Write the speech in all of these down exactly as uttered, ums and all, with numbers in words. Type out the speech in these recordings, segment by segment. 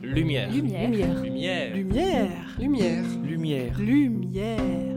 Lumière. Lumière. Lumière. Lumière. Lumière. Lumière. Lumière. Lumière.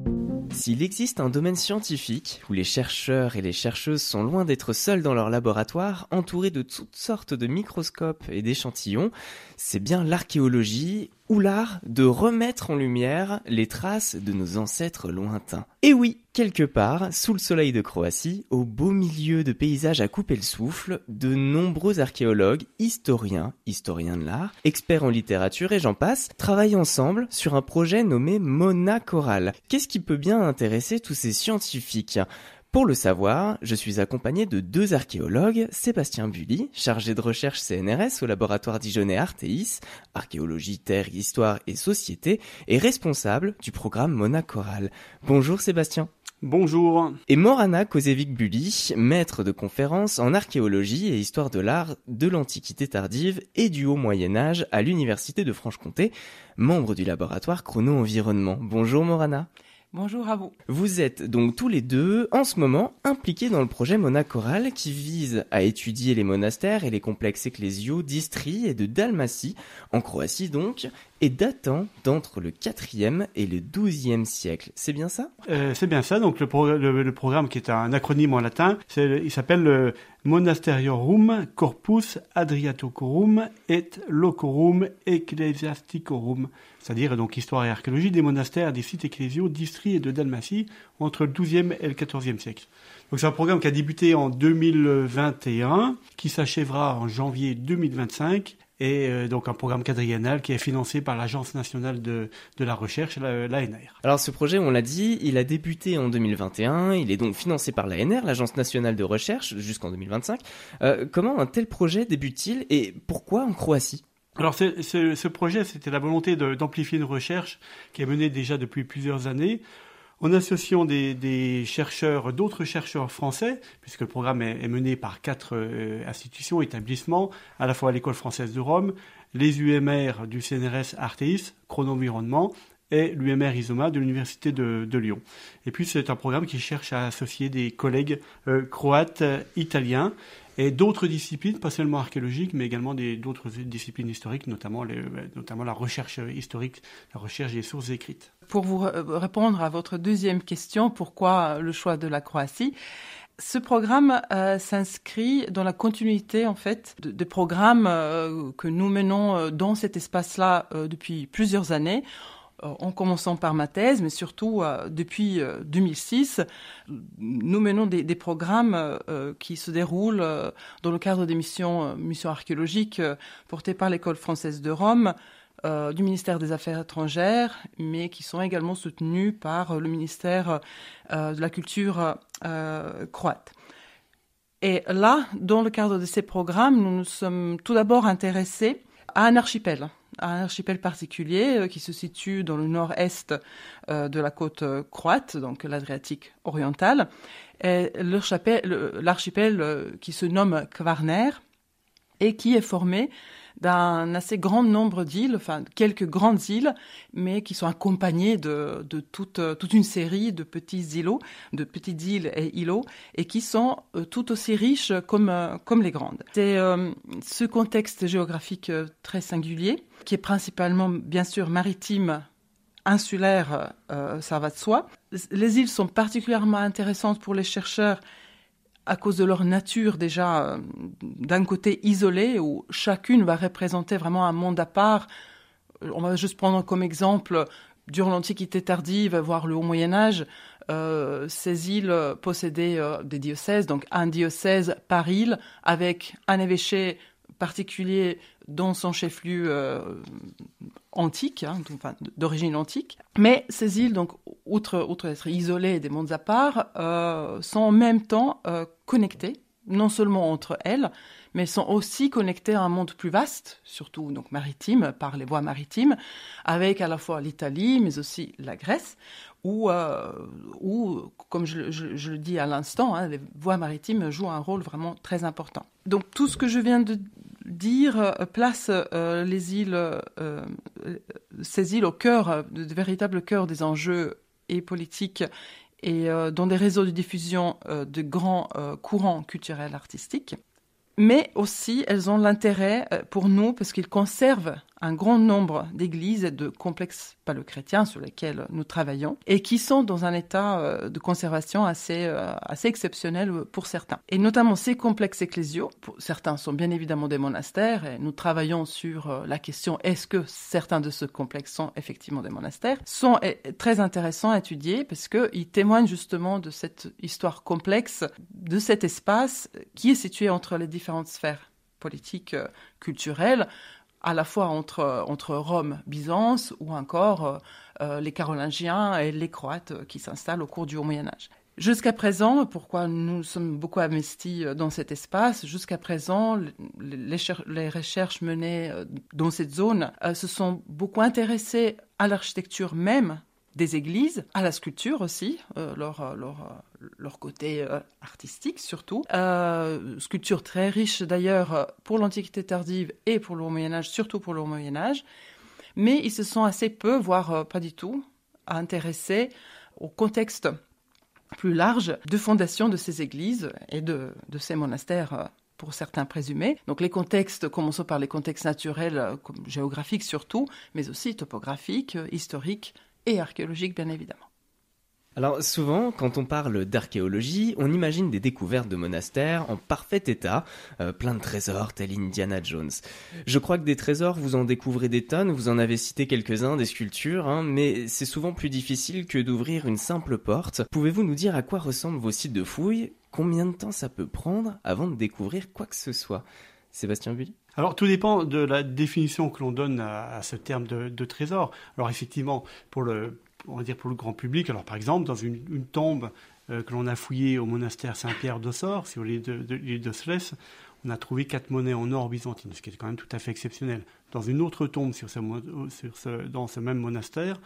S'il existe un domaine scientifique où les chercheurs et les chercheuses sont loin d'être seuls dans leur laboratoire, entourés de toutes sortes de microscopes et d'échantillons, c'est bien l'archéologie ou l'art de remettre en lumière les traces de nos ancêtres lointains. Et oui, quelque part, sous le soleil de Croatie, au beau milieu de paysages à couper le souffle, de nombreux archéologues, historiens, historiens de l'art, experts en littérature et j'en passe, travaillent ensemble sur un projet nommé Mona Coral. Qu'est-ce qui peut bien intéresser tous ces scientifiques ? Pour le savoir, je suis accompagné de deux archéologues, Sébastien Bully, chargé de recherche C N R S au laboratoire dijonnais Artéis, archéologie, terre, histoire et société, et responsable du programme Mona Coral. Bonjour Sébastien. Bonjour. Et Morana Kozevic-Bully, maître de conférences en archéologie et histoire de l'art de l'Antiquité tardive et du Haut Moyen-Âge à l'Université de Franche-Comté, membre du laboratoire Chrono-Environnement. Bonjour Morana. Bonjour à vous. Vous êtes donc tous les deux, en ce moment, impliqués dans le projet Mona Coral qui vise à étudier les monastères et les complexes ecclésiaux d'Istrie et de Dalmatie, en Croatie donc, et datant d'entre le quatrième et le douzième siècle. C'est bien ça ? euh, C'est bien ça. Donc le, pro- le, le programme qui est un acronyme en latin, c'est, il s'appelle le Monasteriorum Corpus Adriatocorum et Locorum Ecclesiasticorum, c'est-à-dire donc histoire et archéologie des monastères, des sites ecclésiaux d'Istrie et de Dalmatie entre le douzième et le quatorzième siècle. Donc c'est un programme qui a débuté en deux mille vingt et un, qui s'achèvera en janvier deux mille vingt-cinq, et euh, donc un programme quadriennal qui est financé par l'Agence nationale de, de la recherche, l'A N R. Alors ce projet, on l'a dit, il a débuté en deux mille vingt et un, il est donc financé par l'A N R, l'Agence nationale de recherche, jusqu'en deux mille vingt-cinq. Euh, comment un tel projet débute-t-il et pourquoi en Croatie ? Alors c'est, c'est, ce projet, c'était la volonté de, d'amplifier une recherche qui est menée déjà depuis plusieurs années, en associant des, des chercheurs, d'autres chercheurs français, puisque le programme est, est mené par quatre euh, institutions, établissements, à la fois l'École française de Rome, les U M R du C N R S Artéis, Chrono-Environnement, et l'U M R ISOMA de l'Université de, de Lyon. Et puis c'est un programme qui cherche à associer des collègues euh, croates, euh, italiens, et d'autres disciplines, pas seulement archéologiques, mais également des, d'autres disciplines historiques, notamment, les, notamment la recherche historique, la recherche des sources écrites. Pour vous répondre à votre deuxième question, pourquoi le choix de la Croatie ? Ce programme euh, s'inscrit dans la continuité en fait de, de programmes euh, que nous menons dans cet espace-là euh, depuis plusieurs années. En commençant par ma thèse, mais surtout euh, depuis euh, deux mille six, nous menons des, des programmes euh, qui se déroulent euh, dans le cadre des missions, euh, missions archéologiques euh, portées par l'École française de Rome, euh, du ministère des Affaires étrangères, mais qui sont également soutenus par le ministère euh, de la Culture euh, croate. Et là, dans le cadre de ces programmes, nous nous sommes tout d'abord intéressés à un archipel. un archipel particulier euh, qui se situe dans le nord-est euh, de la côte euh, croate, donc l'Adriatique oriental. Et l'archipel, l'archipel euh, qui se nomme Kvarner et qui est formé d'un assez grand nombre d'îles, enfin quelques grandes îles, mais qui sont accompagnées de, de toute, toute une série de petits îlots, de petites îles et îlots, et qui sont euh, tout aussi riches comme, euh, comme les grandes. C'est euh, ce contexte géographique euh, très singulier, qui est principalement, bien sûr, maritime, insulaire, euh, ça va de soi. Les îles sont particulièrement intéressantes pour les chercheurs à cause de leur nature déjà euh, d'un côté isolé, où chacune va représenter vraiment un monde à part. On va juste prendre comme exemple, durant l'Antiquité tardive, voire le Haut Moyen-Âge, euh, ces îles possédaient euh, des diocèses, donc un diocèse par île, avec un évêché particulier dans son chef-lieu euh, antique, hein, enfin, d'origine antique. Mais ces îles, donc, outre, outre être isolées des mondes à part, euh, sont en même temps euh, connectées, non seulement entre elles, mais sont aussi connectées à un monde plus vaste, surtout donc maritime, par les voies maritimes, avec à la fois l'Italie, mais aussi la Grèce, où, euh, où comme je, je, je le dis à l'instant, hein, les voies maritimes jouent un rôle vraiment très important. Donc tout ce que je viens de dire euh, place euh, les îles, euh, ces îles au cœur, de, de véritables cœurs des enjeux et politiques et euh, dans des réseaux de diffusion euh, de grands euh, courants culturels artistiques. Mais aussi, elles ont l'intérêt pour nous parce qu'ils conservent un grand nombre d'églises et de complexes paléochrétiens sur lesquels nous travaillons et qui sont dans un état de conservation assez, assez exceptionnel pour certains. Et notamment ces complexes ecclésiaux, certains sont bien évidemment des monastères et nous travaillons sur la question est-ce que certains de ces complexes sont effectivement des monastères, sont très intéressants à étudier parce qu'ils témoignent justement de cette histoire complexe, de cet espace qui est situé entre les différentes sphères politiques, culturelles, à la fois entre, entre Rome, Byzance, ou encore euh, les Carolingiens et les Croates qui s'installent au cours du Haut Moyen-Âge. Jusqu'à présent, pourquoi nous sommes beaucoup investis dans cet espace, jusqu'à présent, les, les recherches menées dans cette zone euh, se sont beaucoup intéressées à l'architecture même des églises, à la sculpture aussi, euh, leur, leur, leur côté euh, artistique surtout. Euh, sculpture très riche d'ailleurs pour l'Antiquité tardive et pour le Haut Moyen-Âge, surtout pour le Haut Moyen-Âge. Mais ils se sont assez peu, voire euh, pas du tout, intéressés au contexte plus large de fondation de ces églises et de, de ces monastères euh, pour certains présumés. Donc les contextes, commençons par les contextes naturels, euh, géographiques surtout, mais aussi topographiques, euh, historiques, et archéologique, bien évidemment. Alors souvent, quand on parle d'archéologie, on imagine des découvertes de monastères en parfait état, euh, plein de trésors tel Indiana Jones. Je crois que des trésors, vous en découvrez des tonnes, vous en avez cité quelques-uns, des sculptures, hein, mais c'est souvent plus difficile que d'ouvrir une simple porte. Pouvez-vous nous dire à quoi ressemblent vos sites de fouilles ? Combien de temps ça peut prendre avant de découvrir quoi que ce soit ? Sébastien Bully ? Alors, tout dépend de la définition que l'on donne à, à ce terme de, de trésor. Alors, effectivement, pour le, on va dire pour le grand public, alors par exemple, dans une, une tombe euh, que l'on a fouillée au monastère Saint-Pierre d'Ossor, sur l'île de, de, l'île de Slès, on a trouvé quatre monnaies en or byzantine, ce qui est quand même tout à fait exceptionnel. Dans une autre tombe, sur ce, sur ce, dans ce même monastère,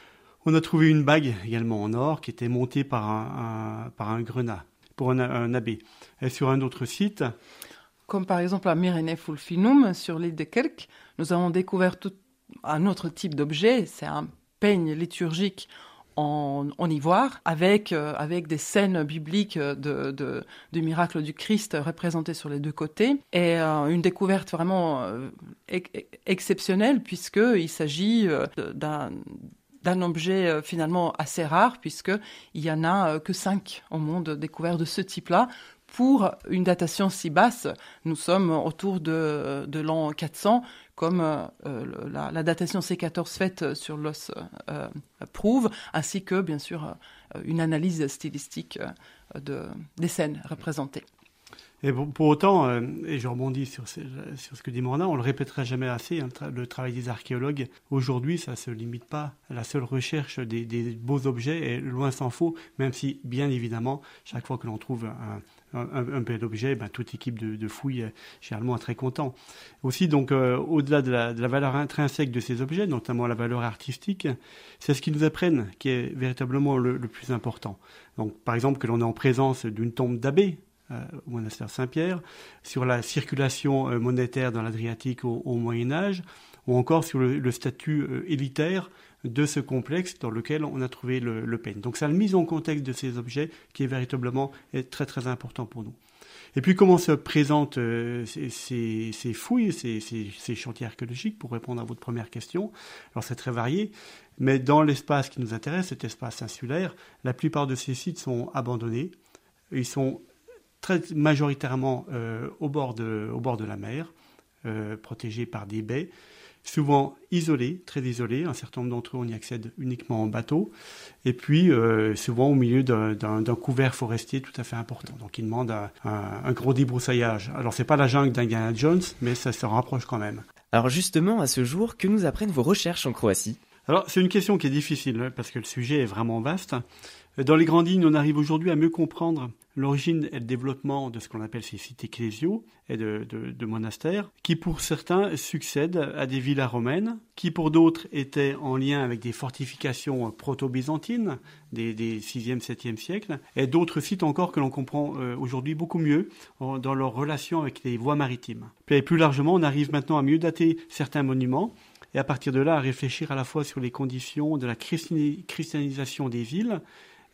on a trouvé une bague également en or qui était montée par un, un, par un grenat, pour un, un abbé. Et sur un autre site... Comme par exemple à Myrine Fulfinum, sur l'île de Kelk, nous avons découvert tout un autre type d'objet, c'est un peigne liturgique en, en ivoire, avec, euh, avec des scènes bibliques de, de, du miracle du Christ représentées sur les deux côtés, et euh, une découverte vraiment euh, ex- exceptionnelle, puisqu'il s'agit euh, d'un... d'un objet euh, finalement assez rare, puisqu'il n'y en a euh, que cinq au monde découverts de ce type-là. Pour une datation si basse, nous sommes autour de, de l'an quatre cents, comme euh, la, la datation C quatorze faite sur l'os euh, prouve, ainsi que, bien sûr, euh, une analyse stylistique euh, de, des scènes représentées. Et pour, pour autant, euh, et je rebondis sur ce, sur ce que dit Morna, on le répétera jamais assez, hein, le travail des archéologues, aujourd'hui, ça ne se limite pas à la seule recherche des, des beaux objets, et loin s'en faut, même si, bien évidemment, chaque fois que l'on trouve un, un, un bel objet, ben, toute équipe de, de fouilles est généralement très content. Aussi, donc, euh, au-delà de la, de la valeur intrinsèque de ces objets, notamment la valeur artistique, c'est ce qu'ils nous apprennent qui est véritablement le, le plus important. Donc, par exemple, que l'on est en présence d'une tombe d'abbé, Euh, au monastère Saint-Pierre, sur la circulation euh, monétaire dans l'Adriatique au, au Moyen-Âge, ou encore sur le, le statut euh, élitaire de ce complexe dans lequel on a trouvé le, le peigne. Donc, c'est la mise en contexte de ces objets qui est véritablement est très très important pour nous. Et puis, comment se présentent euh, ces, ces, ces fouilles, ces, ces, ces chantiers archéologiques, pour répondre à votre première question. Alors, c'est très varié, mais dans l'espace qui nous intéresse, cet espace insulaire, la plupart de ces sites sont abandonnés. Ils sont très majoritairement euh, au, bord de, au bord de la mer, euh, protégés par des baies, souvent isolés, très isolés. Un certain nombre d'entre eux, on y accède uniquement en bateau. Et puis, euh, souvent au milieu d'un, d'un, d'un couvert forestier tout à fait important. Donc, ils demandent un, un, un gros débroussaillage. Alors, c'est pas la jungle d'Indiana Jones, mais ça se rapproche quand même. Alors justement, à ce jour, que nous apprennent vos recherches en Croatie ? Alors, c'est une question qui est difficile, parce que le sujet est vraiment vaste. Dans les grandes lignes, on arrive aujourd'hui à mieux comprendre l'origine et le développement de ce qu'on appelle ces sites ecclésiaux et de, de, de monastères, qui pour certains succèdent à des villas romaines, qui pour d'autres étaient en lien avec des fortifications proto-byzantines des, des sixième, septième siècles, et d'autres sites encore que l'on comprend euh, aujourd'hui beaucoup mieux en, dans leur relation avec les voies maritimes. Puis plus largement, on arrive maintenant à mieux dater certains monuments, et à partir de là à réfléchir à la fois sur les conditions de la christianisation des villes,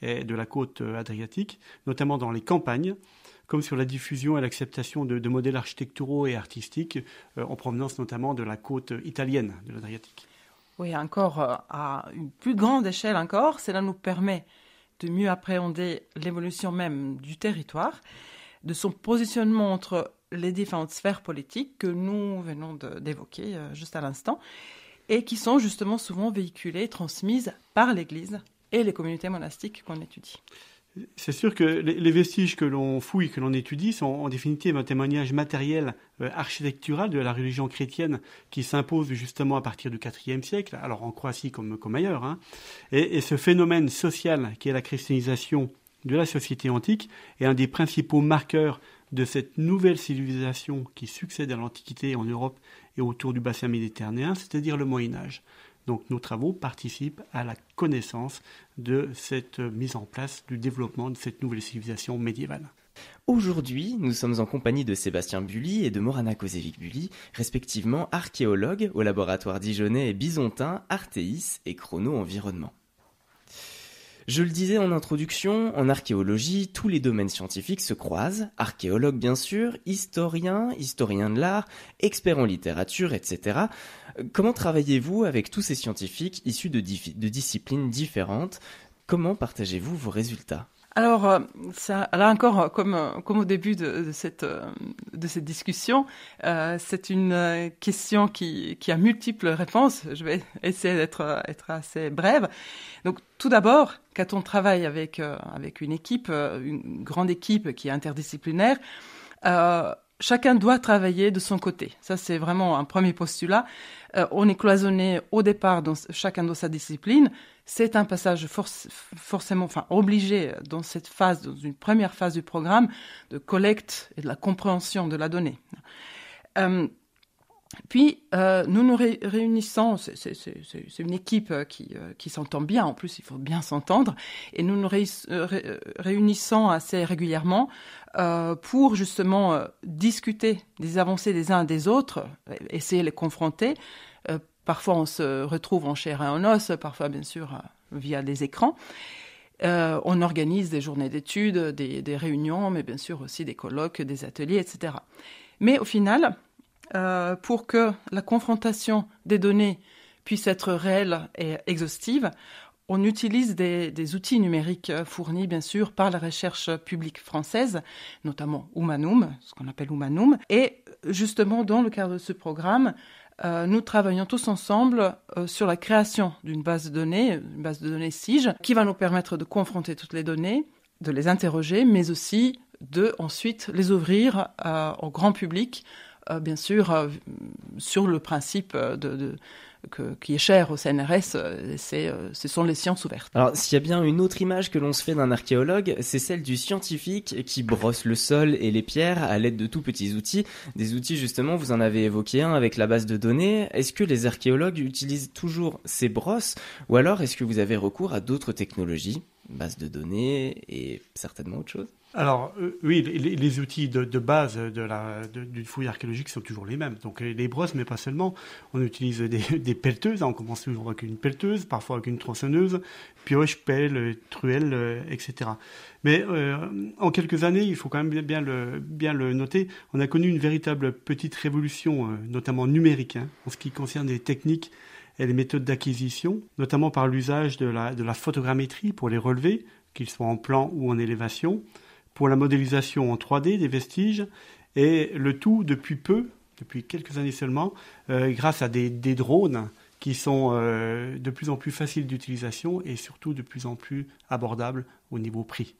et de la côte adriatique, notamment dans les campagnes, comme sur la diffusion et l'acceptation de, de modèles architecturaux et artistiques, euh, en provenance notamment de la côte italienne de l'Adriatique. Oui, encore euh, à une plus grande échelle encore, cela nous permet de mieux appréhender l'évolution même du territoire, de son positionnement entre les différentes sphères politiques que nous venons de, d'évoquer euh, juste à l'instant, et qui sont justement souvent véhiculées, transmises par l'Église et les communautés monastiques qu'on étudie. C'est sûr que les vestiges que l'on fouille, que l'on étudie, sont en définitive un témoignage matériel, euh, architectural de la religion chrétienne qui s'impose justement à partir du quatrième siècle, alors en Croatie comme, comme ailleurs. Hein. Et, et ce phénomène social qui est la christianisation de la société antique est un des principaux marqueurs de cette nouvelle civilisation qui succède à l'Antiquité en Europe et autour du bassin méditerranéen, c'est-à-dire le Moyen-Âge. Donc nos travaux participent à la connaissance de cette mise en place, du développement de cette nouvelle civilisation médiévale. Aujourd'hui, nous sommes en compagnie de Sébastien Bully et de Morana Kozevic-Bully, respectivement archéologues au laboratoire dijonnais et byzantin Artéis et Chrono Environnement. Je le disais en introduction, en archéologie, tous les domaines scientifiques se croisent, archéologues bien sûr, historiens, historiens de l'art, experts en littérature, et cetera. Comment travaillez-vous avec tous ces scientifiques issus de, dif- de disciplines différentes ? Comment partagez-vous vos résultats ? Alors, ça, là encore, comme, comme au début de, de, cette, de cette discussion, euh, c'est une question qui, qui a multiples réponses. Je vais essayer d'être être assez brève. Donc, tout d'abord, quand on travaille avec, euh, avec une équipe, une grande équipe qui est interdisciplinaire, euh, chacun doit travailler de son côté. Ça, c'est vraiment un premier postulat. Euh, on est cloisonné au départ, dans, chacun dans sa discipline. C'est un passage forc- forcément, enfin obligé dans cette phase, dans une première phase du programme, de collecte et de la compréhension de la donnée. Euh, puis, euh, nous nous ré- réunissons, c'est, c'est, c'est, c'est une équipe qui, euh, qui s'entend bien, en plus il faut bien s'entendre, et nous nous ré- ré- réunissons assez régulièrement euh, pour justement euh, discuter des avancées des uns des autres, essayer de les confronter. Euh, parfois on se retrouve en chair et en os, parfois bien sûr euh, via des écrans. Euh, on organise des journées d'études, des, des réunions, mais bien sûr aussi des colloques, des ateliers, et cetera. Mais au final, Euh, pour que la confrontation des données puisse être réelle et exhaustive, on utilise des, des outils numériques fournis, bien sûr, par la recherche publique française, notamment Humanum, ce qu'on appelle Humanum. Et justement, dans le cadre de ce programme, euh, nous travaillons tous ensemble euh, sur la création d'une base de données, une base de données S I G, qui va nous permettre de confronter toutes les données, de les interroger, mais aussi de ensuite les ouvrir euh, au grand public, Euh, bien sûr, euh, sur le principe de, de, que, qui est cher au C N R S, euh, c'est, euh, ce sont les sciences ouvertes. Alors, s'il y a bien une autre image que l'on se fait d'un archéologue, c'est celle du scientifique qui brosse le sol et les pierres à l'aide de tout petits outils. Des outils, justement, vous en avez évoqué un avec la base de données. Est-ce que les archéologues utilisent toujours ces brosses, ou alors est-ce que vous avez recours à d'autres technologies, base de données et certainement autre chose ? Alors, euh, oui, les, les outils de, de base de la, de, d'une fouille archéologique sont toujours les mêmes. Donc, les, les brosses, mais pas seulement. On utilise des, des pelleteuses. On commence toujours avec une pelleteuse, parfois avec une tronçonneuse, pioche, pelle, truelle, euh, et cetera. Mais euh, en quelques années, il faut quand même bien, bien, le, bien le noter, on a connu une véritable petite révolution, euh, notamment numérique, hein, en ce qui concerne les techniques et les méthodes d'acquisition, notamment par l'usage de la, de la photogrammétrie pour les relevés, qu'ils soient en plan ou en élévation, pour la modélisation en trois D des vestiges, et le tout depuis peu, depuis quelques années seulement, euh, grâce à des, des drones qui sont euh, de plus en plus faciles d'utilisation et surtout de plus en plus abordables au niveau prix.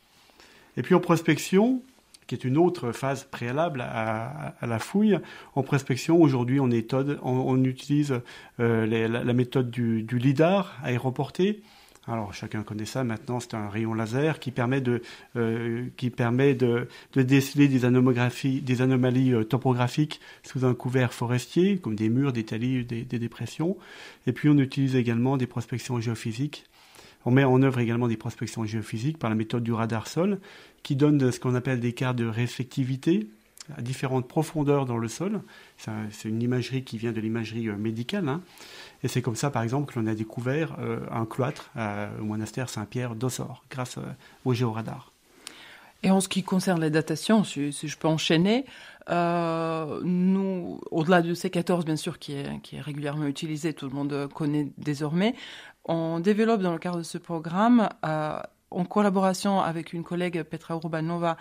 Et puis en prospection, qui est une autre phase préalable à, à la fouille, en prospection, aujourd'hui, on, étode, on, on utilise euh, les, la, la méthode du, du lidar aéroporté. Alors, chacun connaît ça. Maintenant, c'est un rayon laser qui permet de, euh, qui permet de, de déceler des anomalies, des anomalies euh, topographiques sous un couvert forestier, comme des murs, des talus, des, des dépressions. Et puis, on utilise également des prospections géophysiques. On met en œuvre également des prospections géophysiques par la méthode du radar sol, qui donne ce qu'on appelle des cartes de réflectivité, à différentes profondeurs dans le sol. C'est, un, c'est une imagerie qui vient de l'imagerie médicale. Hein. Et c'est comme ça, par exemple, que l'on a découvert euh, un cloître euh, au monastère Saint-Pierre d'Ossor, grâce euh, au géoradar. Et en ce qui concerne les datations, si, si je peux enchaîner, euh, nous, au-delà du C quatorze, bien sûr, qui est, qui est régulièrement utilisé, tout le monde connaît désormais, on développe dans le cadre de ce programme, euh, en collaboration avec une collègue, Petra Urbanova,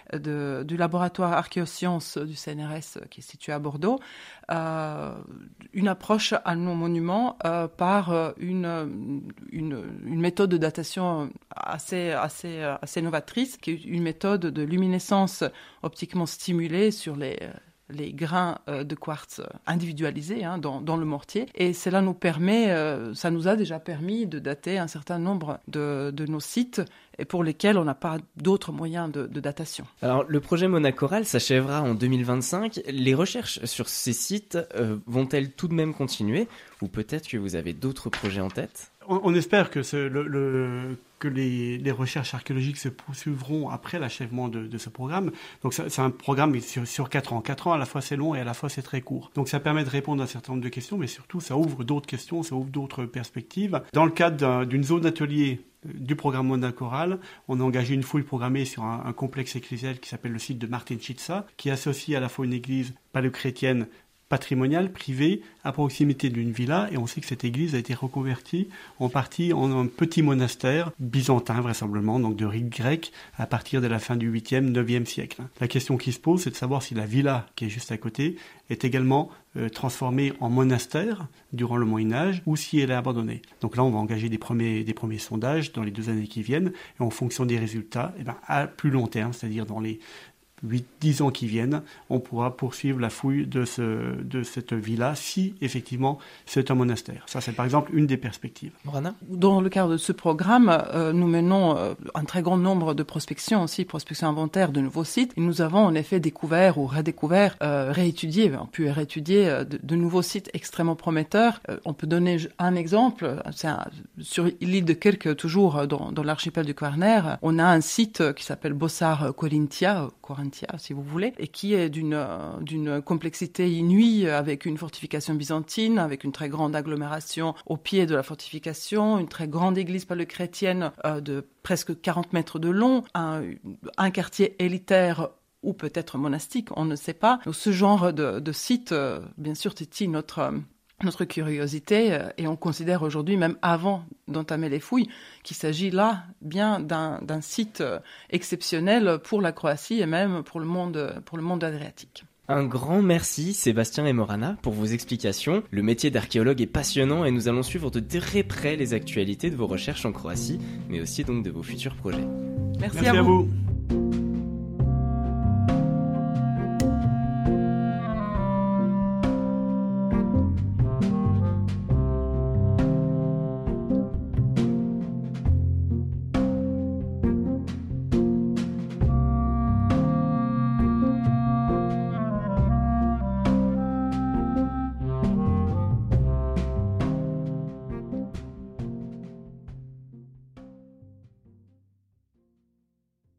de, du laboratoire Archéosciences du C N R S qui est situé à Bordeaux, euh, une approche à nos monuments euh, par une, une, une méthode de datation assez, assez, assez novatrice, qui est une méthode de luminescence optiquement stimulée sur les... les grains euh, de quartz individualisés hein, dans, dans le mortier. Et cela nous permet, euh, ça nous a déjà permis de dater un certain nombre de, de nos sites et pour lesquels on n'a pas d'autres moyens de, de datation. Alors, le projet Monachoral s'achèvera en deux mille vingt-cinq. Les recherches sur ces sites euh, vont-elles tout de même continuer ou peut-être que vous avez d'autres projets en tête ? On, on espère que, ce, le, le, que les, les recherches archéologiques se poursuivront après l'achèvement de, de ce programme. Donc ça, c'est un programme sur, sur quatre ans. Quatre ans, à la fois c'est long et à la fois c'est très court. Donc ça permet de répondre à un certain nombre de questions, mais surtout ça ouvre d'autres questions, ça ouvre d'autres perspectives. Dans le cadre d'un, d'une zone atelier du programme Monachoral, on a engagé une fouille programmée sur un, un complexe ecclésial qui s'appelle le site de Martinčica, qui associe à la fois une église paléochrétienne patrimoniale, privée, à proximité d'une villa, et on sait que cette église a été reconvertie en partie en un petit monastère byzantin, vraisemblablement, donc de rite grec, à partir de la fin du huitième, neuvième siècle. La question qui se pose, c'est de savoir si la villa, qui est juste à côté, est également euh, transformée en monastère durant le Moyen-Âge, ou si elle est abandonnée. Donc là, on va engager des premiers, des premiers sondages dans les deux années qui viennent, et en fonction des résultats, eh ben, à plus long terme, c'est-à-dire dans les huit dix ans qui viennent, on pourra poursuivre la fouille de, ce, de cette villa si, effectivement, c'est un monastère. Ça, c'est par exemple une des perspectives. Morana ? Dans le cadre de ce programme, euh, nous menons euh, un très grand nombre de prospections aussi, prospections inventaires de nouveaux sites. Et nous avons en effet découvert ou redécouvert, euh, réétudié, on peut réétudier euh, de, de nouveaux sites extrêmement prometteurs. Euh, on peut donner un exemple. C'est un, sur l'île de Kirk, toujours dans, dans l'archipel du Kvarner, on a un site qui s'appelle Bossar Corinthia, Corinthia si vous voulez, et qui est d'une, d'une complexité inouïe, avec une fortification byzantine, avec une très grande agglomération au pied de la fortification, une très grande église paléochrétienne euh, de presque quarante mètres de long, un, un quartier élitaire ou peut-être monastique, on ne sait pas. Donc, ce genre de, de site, euh, bien sûr, titille notre... Euh, notre curiosité, et on considère aujourd'hui, même avant d'entamer les fouilles, qu'il s'agit là bien d'un, d'un site exceptionnel pour la Croatie et même pour le monde, pour le monde adriatique. Un grand merci Sébastien et Morana pour vos explications. Le métier d'archéologue est passionnant et nous allons suivre de très près les actualités de vos recherches en Croatie, mais aussi donc de vos futurs projets. Merci, merci à vous. À vous.